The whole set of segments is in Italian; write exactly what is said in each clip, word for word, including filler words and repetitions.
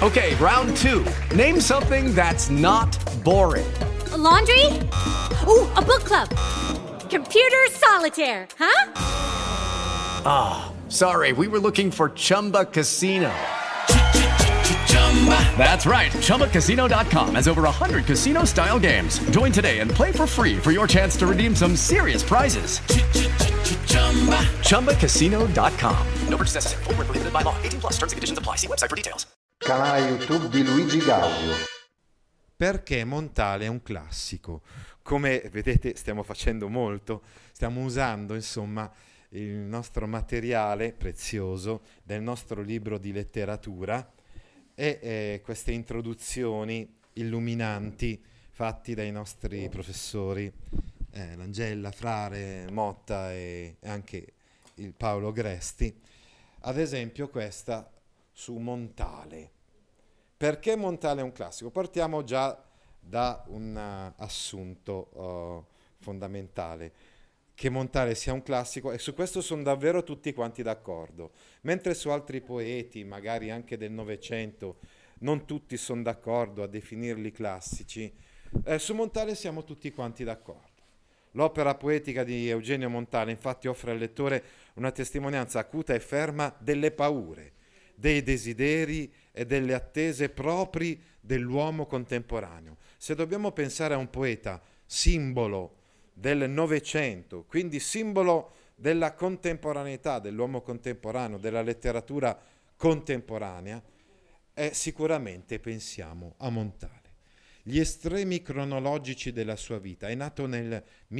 Okay, round two. Name something that's not boring. A laundry? Ooh, a book club. Computer solitaire, huh? Ah, oh, sorry, we were looking for Chumba Casino. That's right, Chumba Casino dot com has over one hundred casino-style games. Join today and play for free for your chance to redeem some serious prizes. Chumba Casino dot com. No purchase necessary. Void where prohibited by law. eighteen plus terms and conditions apply. See website for details. Canale YouTube di Luigi Gaudio. Perché Montale è un classico. Come vedete stiamo facendo molto, stiamo usando insomma il nostro materiale prezioso del nostro libro di letteratura e eh, queste introduzioni illuminanti fatti dai nostri professori eh, Langella, Frare, Motta e anche il Paolo Gresti. Ad esempio questa su Montale. Perché Montale è un classico? Partiamo già da un uh, assunto uh, fondamentale, che Montale sia un classico, e su questo sono davvero tutti quanti d'accordo, mentre su altri poeti, magari anche del Novecento, non tutti sono d'accordo a definirli classici, eh, su Montale siamo tutti quanti d'accordo. L'opera poetica di Eugenio Montale infatti offre al lettore una testimonianza acuta e ferma delle paure, dei desideri e delle attese propri dell'uomo contemporaneo. Se dobbiamo pensare a un poeta simbolo del Novecento, quindi simbolo della contemporaneità dell'uomo contemporaneo, della letteratura contemporanea, eh, sicuramente pensiamo a Montale. Gli estremi cronologici della sua vita: è nato nel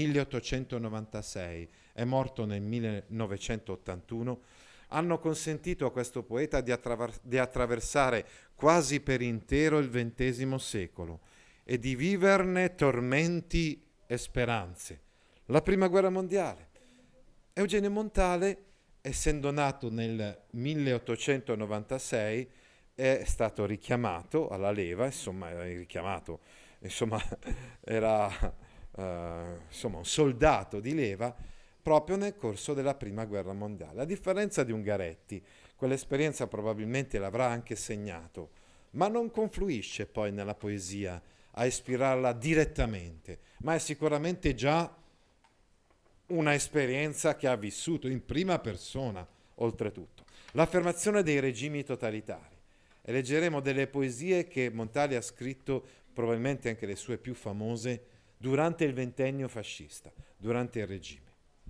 milleottocentonovantasei, è morto nel millenovecentottantuno, hanno consentito a questo poeta di, attraver- di attraversare quasi per intero il ventesimo secolo e di viverne tormenti e speranze. La prima guerra mondiale. Eugenio Montale, essendo nato nel milleottocentonovantasei, è stato richiamato alla leva, insomma era richiamato, insomma era uh, insomma un soldato di leva proprio nel corso della prima guerra mondiale. A differenza di Ungaretti, quell'esperienza probabilmente l'avrà anche segnato, ma non confluisce poi nella poesia a ispirarla direttamente, ma è sicuramente già una esperienza che ha vissuto in prima persona, oltretutto. L'affermazione dei regimi totalitari. E leggeremo delle poesie che Montale ha scritto, probabilmente anche le sue più famose, durante il ventennio fascista, durante il regime.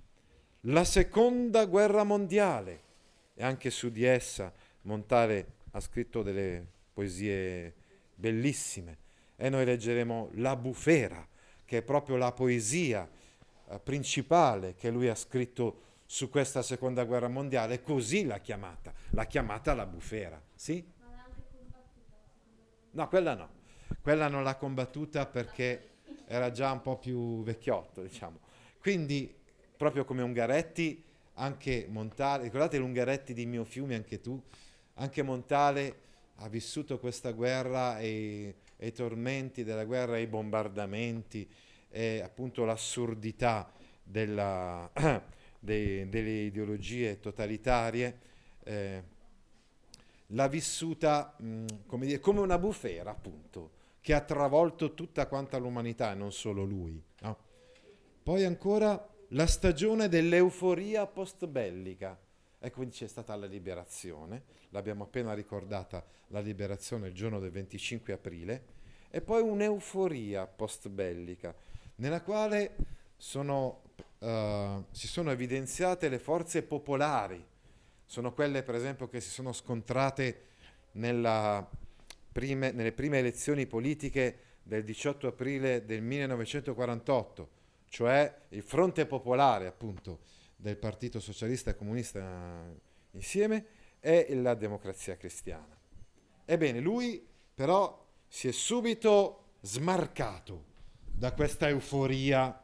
La seconda guerra mondiale, e anche su di essa Montale ha scritto delle poesie bellissime, e noi leggeremo La bufera, che è proprio la poesia eh, principale che lui ha scritto su questa seconda guerra mondiale, così l'ha chiamata, l'ha chiamata La bufera, sì? Ma l'ha anche combattuta? No, quella no, quella non l'ha combattuta perché era già un po' più vecchiotto, diciamo. Quindi, proprio come Ungaretti, anche Montale, ricordate l'Ungaretti di Mio Fiume, anche tu, anche Montale ha vissuto questa guerra e, e i tormenti della guerra, i bombardamenti e appunto l'assurdità della, de, delle ideologie totalitarie, eh, l'ha vissuta mh, come dire, come una bufera, appunto, che ha travolto tutta quanta l'umanità e non solo lui, no? Poi ancora la stagione dell'euforia post-bellica. E quindi c'è stata la liberazione, l'abbiamo appena ricordata, la liberazione il giorno del venticinque aprile, e poi un'euforia post-bellica, nella quale sono, uh, si sono evidenziate le forze popolari. Sono quelle, per esempio, che si sono scontrate nella prime, nelle prime elezioni politiche del diciotto aprile del millenovecentoquarantotto, cioè il Fronte Popolare, appunto, del Partito Socialista e Comunista insieme e la Democrazia Cristiana. Ebbene, lui però si è subito smarcato da questa euforia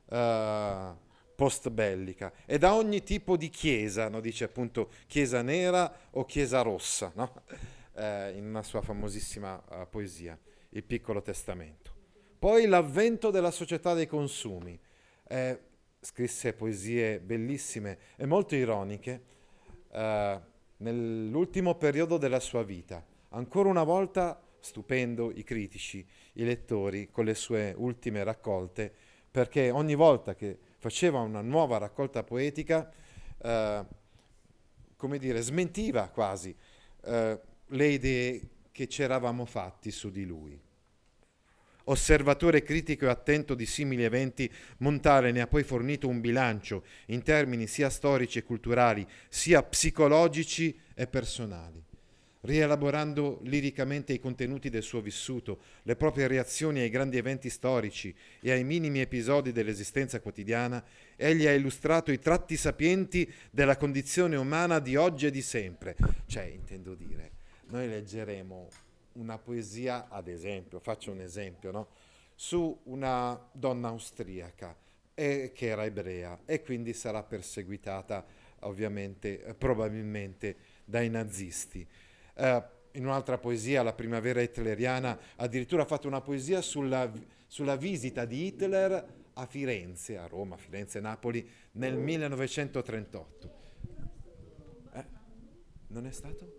uh, post-bellica e da ogni tipo di chiesa, no? Dice appunto chiesa nera o chiesa rossa, no? eh, in una sua famosissima uh, poesia, Il Piccolo Testamento. Poi l'avvento della società dei consumi. Eh, scrisse poesie bellissime e molto ironiche uh, nell'ultimo periodo della sua vita, Ancora una volta stupendo i critici, i lettori con le sue ultime raccolte, perché ogni volta che faceva una nuova raccolta poetica, eh, come dire, smentiva quasi eh, le idee che ci eravamo fatti su di lui. Osservatore critico e attento di simili eventi, Montale ne ha poi fornito un bilancio in termini sia storici e culturali, sia psicologici e personali, rielaborando liricamente i contenuti del suo vissuto, le proprie reazioni ai grandi eventi storici e ai minimi episodi dell'esistenza quotidiana. Egli ha illustrato i tratti sapienti della condizione umana di oggi e di sempre. Cioè, intendo dire, noi leggeremo una poesia, ad esempio, faccio un esempio, no? Su una donna austriaca eh, che era ebrea e quindi sarà perseguitata, ovviamente, eh, probabilmente dai nazisti. Eh, in un'altra poesia, La primavera hitleriana, addirittura ha fatto una poesia sulla, sulla visita di Hitler a Firenze, a Roma, Firenze, Napoli, nel millenovecentotrentotto. Eh? Non è stato?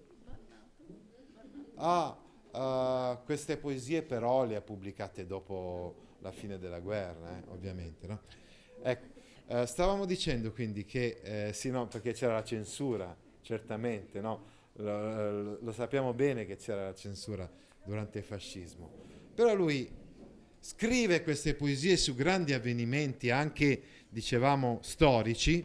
Ah, uh, queste poesie però le ha pubblicate dopo la fine della guerra, eh, ovviamente, no? Ecco, uh, stavamo dicendo quindi che, eh, sì, no, perché c'era la censura, certamente, no? Lo, lo, lo sappiamo bene che c'era la censura durante il fascismo, però lui scrive queste poesie su grandi avvenimenti, anche, dicevamo, storici,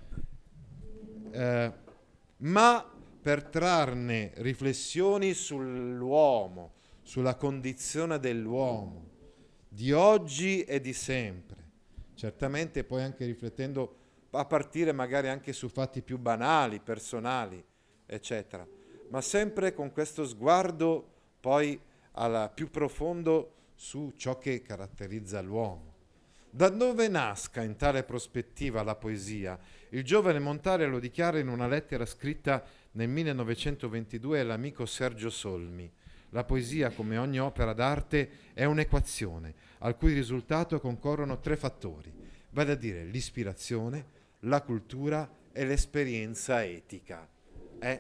eh, ma per trarne riflessioni sull'uomo, sulla condizione dell'uomo, di oggi e di sempre. Certamente poi anche riflettendo, a partire magari anche su fatti più banali, personali, eccetera, ma sempre con questo sguardo poi al più profondo su ciò che caratterizza l'uomo. Da dove nasca in tale prospettiva la poesia? Il giovane Montale lo dichiara in una lettera scritta nel millenovecentoventidue all'amico Sergio Solmi. La poesia, come ogni opera d'arte, è un'equazione, al cui risultato concorrono tre fattori, vale a dire l'ispirazione, la cultura e l'esperienza etica. Eh,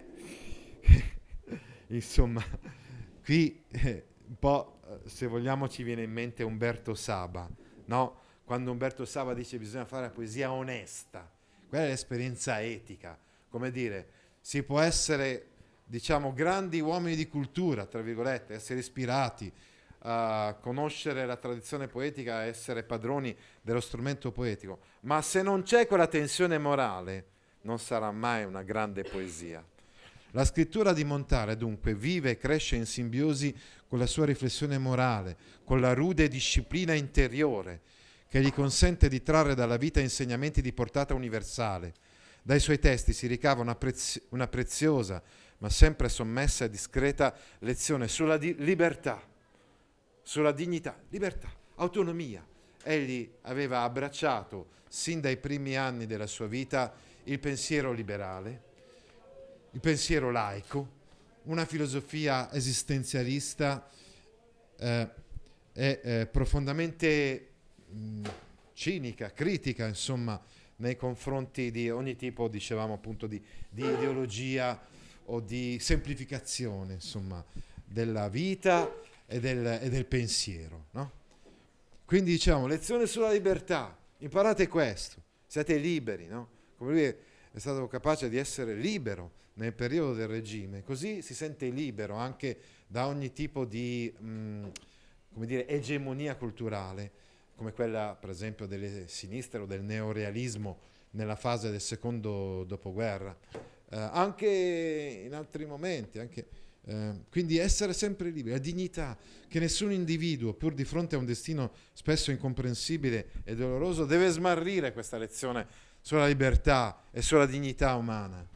insomma, qui eh, un po', eh, se vogliamo, ci viene in mente Umberto Saba, no? Quando Umberto Saba dice bisogna fare la poesia onesta, quella è l'esperienza etica, come dire, si può essere, diciamo, grandi uomini di cultura, tra virgolette, essere ispirati a conoscere la tradizione poetica, essere padroni dello strumento poetico, ma se non c'è quella tensione morale non sarà mai una grande poesia. La scrittura di Montale dunque vive e cresce in simbiosi con la sua riflessione morale, con la rude disciplina interiore che gli consente di trarre dalla vita insegnamenti di portata universale. Dai suoi testi si ricava una, prezi- una preziosa, ma sempre sommessa e discreta lezione sulla di- libertà, sulla dignità, libertà, autonomia. Egli aveva abbracciato, sin dai primi anni della sua vita, il pensiero liberale, il pensiero laico, una filosofia esistenzialista eh, e eh, profondamente mh, cinica, critica, insomma, nei confronti di ogni tipo, dicevamo appunto, di, di ideologia o di semplificazione, insomma, della vita e del, e del pensiero, no? Quindi diciamo, lezione sulla libertà, imparate questo, siate liberi, no? Come lui è, è stato capace di essere libero nel periodo del regime, così si sente libero anche da ogni tipo di, mh, come dire, egemonia culturale, come quella per esempio delle sinistre o del neorealismo nella fase del secondo dopoguerra, eh, anche in altri momenti, anche, eh, quindi essere sempre liberi, la dignità, che nessun individuo, pur di fronte a un destino spesso incomprensibile e doloroso, deve smarrire questa lezione sulla libertà e sulla dignità umana.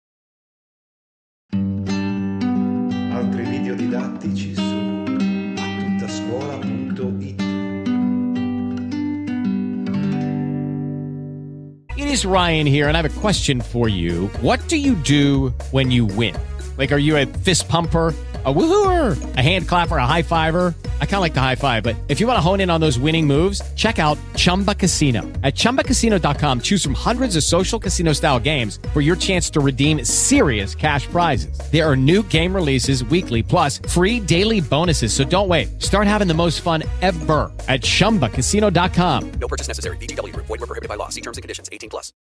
Altri video didattici su attuttascuola punto it. It is Ryan here, and I have a question for you. What do you do when you win? Like, are you a fist pumper, a woohooer, a hand clapper, a high fiver? I kind of like the high five, but if you want to hone in on those winning moves, check out Chumba Casino. At chumba casino dot com, choose from hundreds of social casino style games for your chance to redeem serious cash prizes. There are new game releases weekly, plus free daily bonuses. So don't wait. Start having the most fun ever at chumba casino dot com. No purchase necessary. V G W Group. Void where prohibited by law. See terms and conditions. eighteen plus.